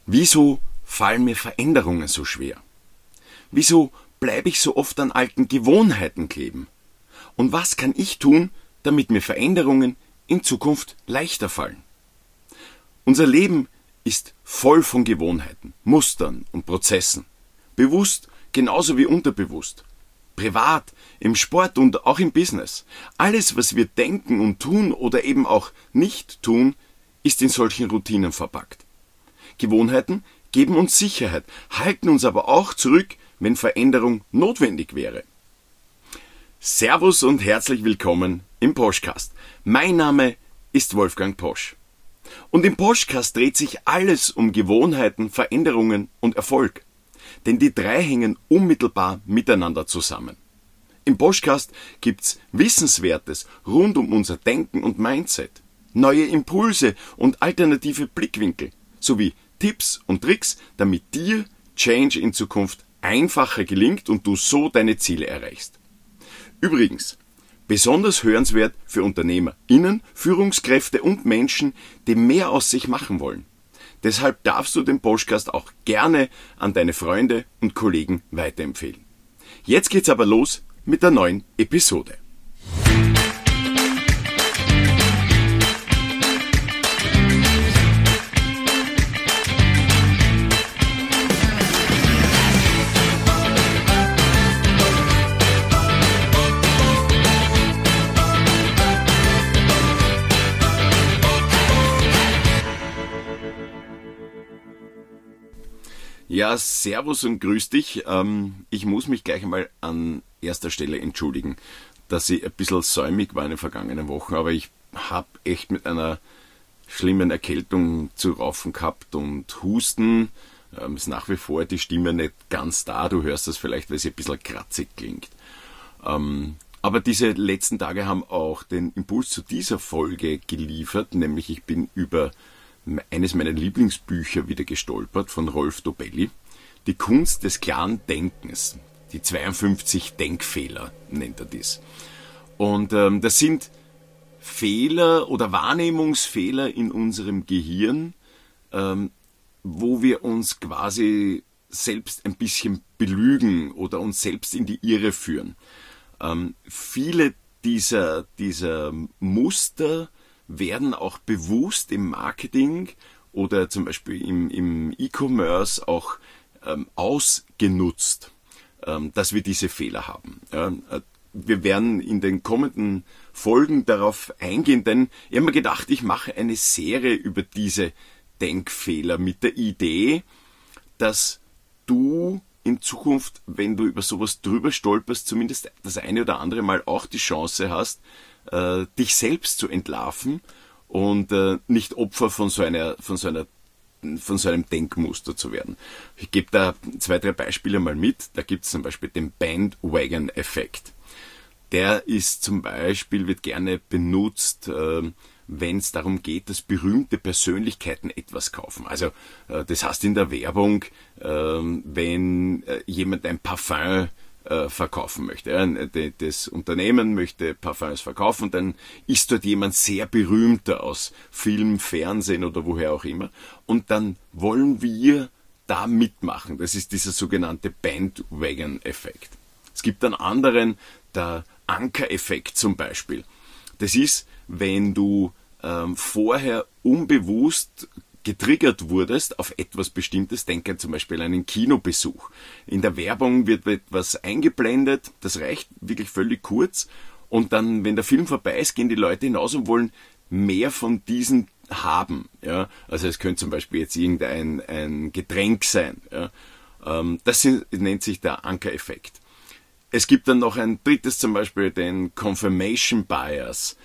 Wieso fallen mir Veränderungen so schwer? Wieso bleibe ich so oft an alten Gewohnheiten kleben? Und was kann ich tun, damit mir Veränderungen in Zukunft leichter fallen? Unser Leben ist voll von Gewohnheiten, Mustern und Prozessen. Bewusst genauso wie unterbewusst. Privat, im Sport und auch im Business. Alles, was wir denken und tun oder eben auch nicht tun, ist in solchen Routinen verpackt. Gewohnheiten geben uns Sicherheit, halten uns aber auch zurück, wenn Veränderung notwendig wäre. Servus und herzlich willkommen im Poschcast. Mein Name ist Wolfgang Posch. Und im Poschcast dreht sich alles um Gewohnheiten, Veränderungen und Erfolg. Denn die drei hängen unmittelbar miteinander zusammen. Im Poschcast gibt's Wissenswertes rund um unser Denken und Mindset, neue Impulse und alternative Blickwinkel, sowie Tipps und Tricks, damit dir Change in Zukunft einfacher gelingt und du so deine Ziele erreichst. Übrigens, besonders hörenswert für UnternehmerInnen, Führungskräfte und Menschen, die mehr aus sich machen wollen. Deshalb darfst du den Poschcast auch gerne an deine Freunde und Kollegen weiterempfehlen. Jetzt geht's aber los mit der neuen Episode. Ja, servus und grüß dich. Ich muss mich gleich einmal an erster Stelle entschuldigen, dass ich ein bisschen säumig war in den vergangenen Wochen, aber ich habe echt mit einer schlimmen Erkältung zu raufen gehabt und Husten. Ist nach wie vor die Stimme nicht ganz da. Du hörst das vielleicht, weil sie ein bisschen kratzig klingt. Aber diese letzten Tage haben auch den Impuls zu dieser Folge geliefert, nämlich ich bin über eines meiner Lieblingsbücher wieder gestolpert von Rolf Dobelli. Die Kunst des klaren Denkens. Die 52 Denkfehler nennt er dies. Und das sind Fehler oder Wahrnehmungsfehler in unserem Gehirn, wo wir uns quasi selbst ein bisschen belügen oder uns selbst in die Irre führen. Viele dieser Muster werden auch bewusst im Marketing oder zum Beispiel im E-Commerce auch ausgenutzt, dass wir diese Fehler haben. Wir werden in den kommenden Folgen darauf eingehen, denn ich habe mir gedacht, ich mache eine Serie über diese Denkfehler mit der Idee, dass du in Zukunft, wenn du über sowas drüber stolperst, zumindest das eine oder andere Mal auch die Chance hast, dich selbst zu entlarven und nicht Opfer von so einem Denkmuster zu werden. Ich gebe da 2, 3 Beispiele mal mit. Da gibt es zum Beispiel den Bandwagon-Effekt. Der ist zum Beispiel, wird gerne benutzt, wenn es darum geht, dass berühmte Persönlichkeiten etwas kaufen. Also das heißt in der Werbung, wenn jemand ein Parfum verkaufen möchte. Das Unternehmen möchte Parfums verkaufen, dann ist dort jemand sehr berühmter aus Film, Fernsehen oder woher auch immer. Und dann wollen wir da mitmachen. Das ist dieser sogenannte Bandwagon-Effekt. Es gibt einen anderen, der Anker-Effekt zum Beispiel. Das ist, wenn du vorher unbewusst getriggert wurdest auf etwas Bestimmtes, denke zum Beispiel an einen Kinobesuch. In der Werbung wird etwas eingeblendet, das reicht wirklich völlig kurz und dann, wenn der Film vorbei ist, gehen die Leute hinaus und wollen mehr von diesen haben. Ja? Also es könnte zum Beispiel jetzt ein Getränk sein. Ja? Das nennt sich der Anker-Effekt. Es gibt dann noch ein drittes, zum Beispiel den Confirmation Bias.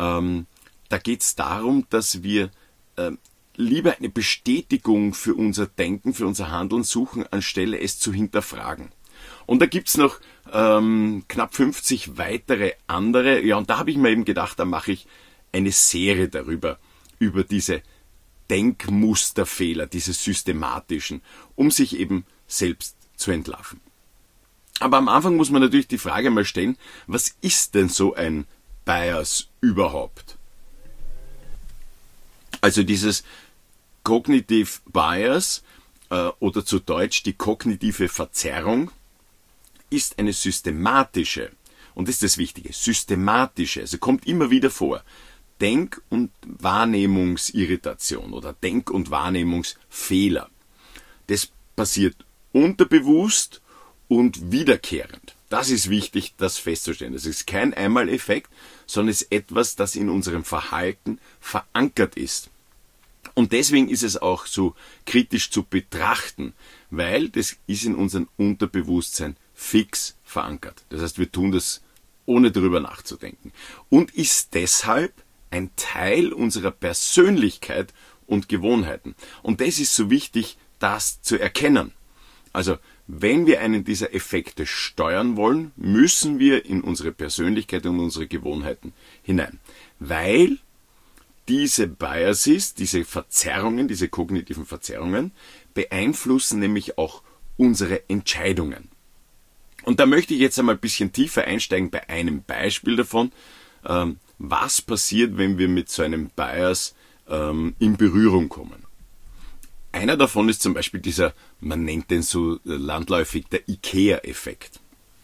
Da geht es darum, dass wir lieber eine Bestätigung für unser Denken, für unser Handeln suchen, anstelle es zu hinterfragen. Und da gibt's noch knapp 50 weitere andere. Ja, und da habe ich mir eben gedacht, da mache ich eine Serie darüber, über diese Denkmusterfehler, diese systematischen, um sich eben selbst zu entlarven. Aber am Anfang muss man natürlich die Frage mal stellen, was ist denn so ein Bias überhaupt? Also dieses Cognitive Bias oder zu Deutsch die kognitive Verzerrung ist eine systematische, und das ist das Wichtige, systematische, also kommt immer wieder vor, Denk- und Wahrnehmungsirritation oder Denk- und Wahrnehmungsfehler. Das passiert unterbewusst und wiederkehrend. Das ist wichtig, das festzustellen. Das ist kein Einmaleffekt, sondern es ist etwas, das in unserem Verhalten verankert ist. Und deswegen ist es auch so kritisch zu betrachten, weil das ist in unserem Unterbewusstsein fix verankert. Das heißt, wir tun das ohne darüber nachzudenken. Und ist deshalb ein Teil unserer Persönlichkeit und Gewohnheiten. Und das ist so wichtig, das zu erkennen. Also, wenn wir einen dieser Effekte steuern wollen, müssen wir in unsere Persönlichkeit und unsere Gewohnheiten hinein. Weil diese Biases, diese Verzerrungen, diese kognitiven Verzerrungen, beeinflussen nämlich auch unsere Entscheidungen. Und da möchte ich jetzt einmal ein bisschen tiefer einsteigen bei einem Beispiel davon, was passiert, wenn wir mit so einem Bias in Berührung kommen. Einer davon ist zum Beispiel dieser, man nennt den so landläufig, der IKEA-Effekt.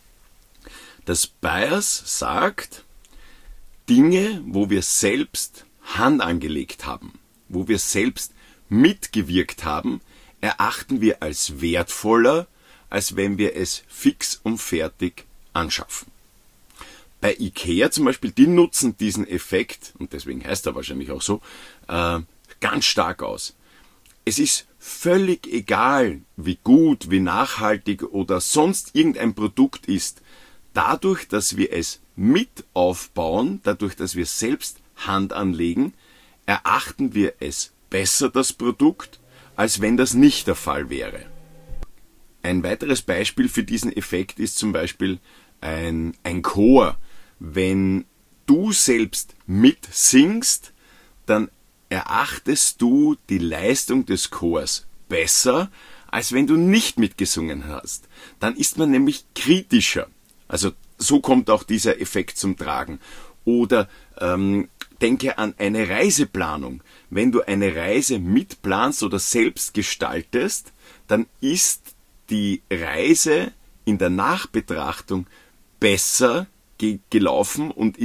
Das Bias sagt, Dinge, wo wir selbst Hand angelegt haben, wo wir selbst mitgewirkt haben, erachten wir als wertvoller, als wenn wir es fix und fertig anschaffen. Bei IKEA zum Beispiel, die nutzen diesen Effekt, und deswegen heißt er wahrscheinlich auch so, ganz stark aus. Es ist völlig egal, wie gut, wie nachhaltig oder sonst irgendein Produkt ist. Dadurch, dass wir es mit aufbauen, dadurch, dass wir selbst Hand anlegen, erachten wir es besser, das Produkt, als wenn das nicht der Fall wäre. Ein weiteres Beispiel für diesen Effekt ist zum Beispiel ein Chor. Wenn du selbst mitsingst, dann erachtest du die Leistung des Chors besser, als wenn du nicht mitgesungen hast. Dann ist man nämlich kritischer. Also so kommt auch dieser Effekt zum Tragen. Oder denke an eine Reiseplanung. Wenn du eine Reise mitplanst oder selbst gestaltest, dann ist die Reise in der Nachbetrachtung besser gelaufen und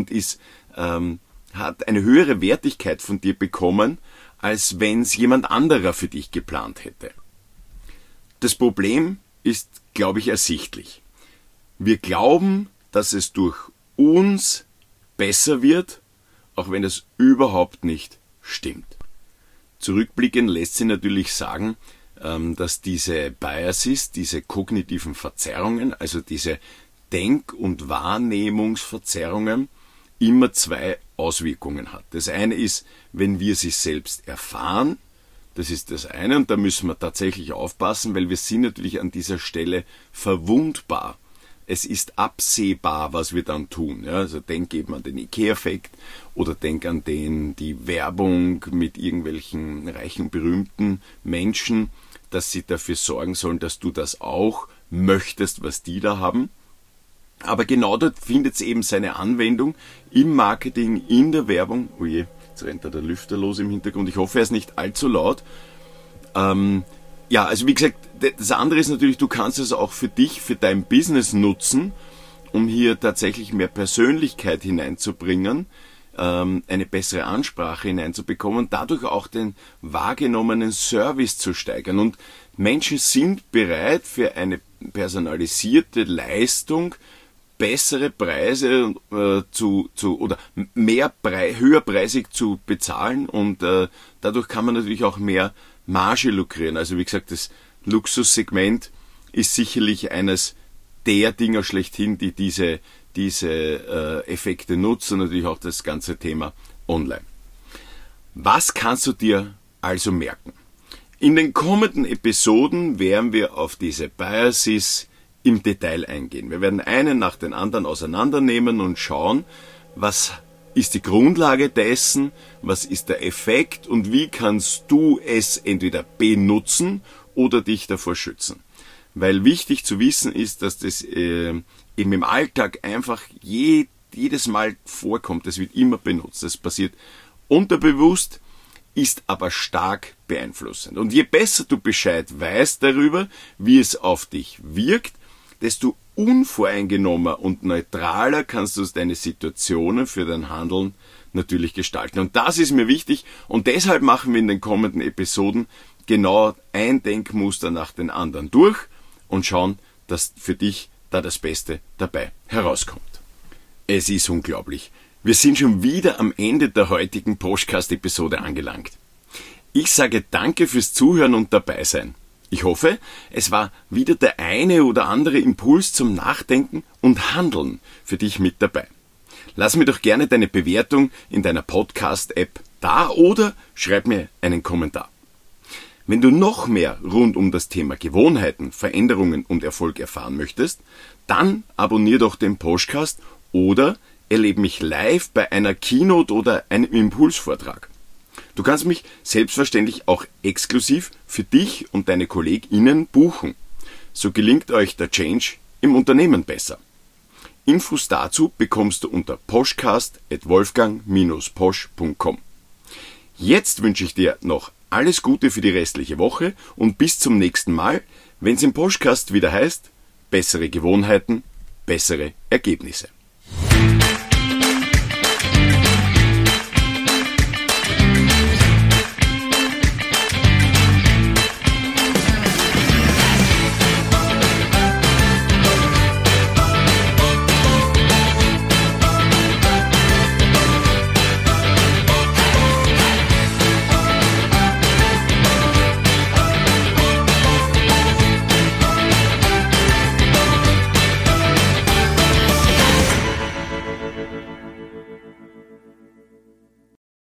hat eine höhere Wertigkeit von dir bekommen, als wenn es jemand anderer für dich geplant hätte. Das Problem ist, glaube ich, ersichtlich. Wir glauben, dass es durch uns besser wird, auch wenn es überhaupt nicht stimmt. Zurückblickend lässt sich natürlich sagen, dass diese Biases, diese kognitiven Verzerrungen, also diese Denk- und Wahrnehmungsverzerrungen, immer zwei Auswirkungen hat. Das eine ist, wenn wir sie selbst erfahren, das ist das eine, und da müssen wir tatsächlich aufpassen, weil wir sind natürlich an dieser Stelle verwundbar. Es ist absehbar, was wir dann tun. Ja, also denk eben an den IKEA-Effekt oder denk an die Werbung mit irgendwelchen reichen, berühmten Menschen, dass sie dafür sorgen sollen, dass du das auch möchtest, was die da haben. Aber genau dort findet es eben seine Anwendung im Marketing, in der Werbung. Oh je, jetzt rennt da der Lüfter los im Hintergrund. Ich hoffe, er ist nicht allzu laut. Ja, also wie gesagt, das andere ist natürlich, du kannst es auch für dich, für dein Business nutzen, um hier tatsächlich mehr Persönlichkeit hineinzubringen, eine bessere Ansprache hineinzubekommen und dadurch auch den wahrgenommenen Service zu steigern. Und Menschen sind bereit, für eine personalisierte Leistung bessere Preise oder höherpreisig zu bezahlen, und dadurch kann man natürlich auch mehr Marge lukrieren. Also wie gesagt, das Luxussegment ist sicherlich eines der Dinger schlechthin, die diese Effekte nutzen, und natürlich auch das ganze Thema Online. Was kannst du dir also merken? In den kommenden Episoden werden wir auf diese Biases im Detail eingehen. Wir werden einen nach den anderen auseinandernehmen und schauen, was ist die Grundlage dessen, was ist der Effekt und wie kannst du es entweder benutzen oder dich davor schützen. Weil wichtig zu wissen ist, dass das eben im Alltag einfach jedes Mal vorkommt. Das wird immer benutzt. Das passiert unterbewusst, ist aber stark beeinflussend. Und je besser du Bescheid weißt darüber, wie es auf dich wirkt, desto unvoreingenommener und neutraler kannst du deine Situationen für dein Handeln natürlich gestalten. Und das ist mir wichtig und deshalb machen wir in den kommenden Episoden genau ein Denkmuster nach den anderen durch und schauen, dass für dich da das Beste dabei herauskommt. Es ist unglaublich. Wir sind schon wieder am Ende der heutigen Podcast-Episode angelangt. Ich sage danke fürs Zuhören und dabei sein. Ich hoffe, es war wieder der eine oder andere Impuls zum Nachdenken und Handeln für dich mit dabei. Lass mir doch gerne deine Bewertung in deiner Podcast-App da oder schreib mir einen Kommentar. Wenn du noch mehr rund um das Thema Gewohnheiten, Veränderungen und Erfolg erfahren möchtest, dann abonnier doch den Podcast oder erlebe mich live bei einer Keynote oder einem Impulsvortrag. Du kannst mich selbstverständlich auch exklusiv für dich und deine KollegInnen buchen. So gelingt euch der Change im Unternehmen besser. Infos dazu bekommst du unter poschcast@wolfgang-posch.com. Jetzt wünsche ich dir noch alles Gute für die restliche Woche und bis zum nächsten Mal, wenn es im Poschcast wieder heißt, bessere Gewohnheiten, bessere Ergebnisse.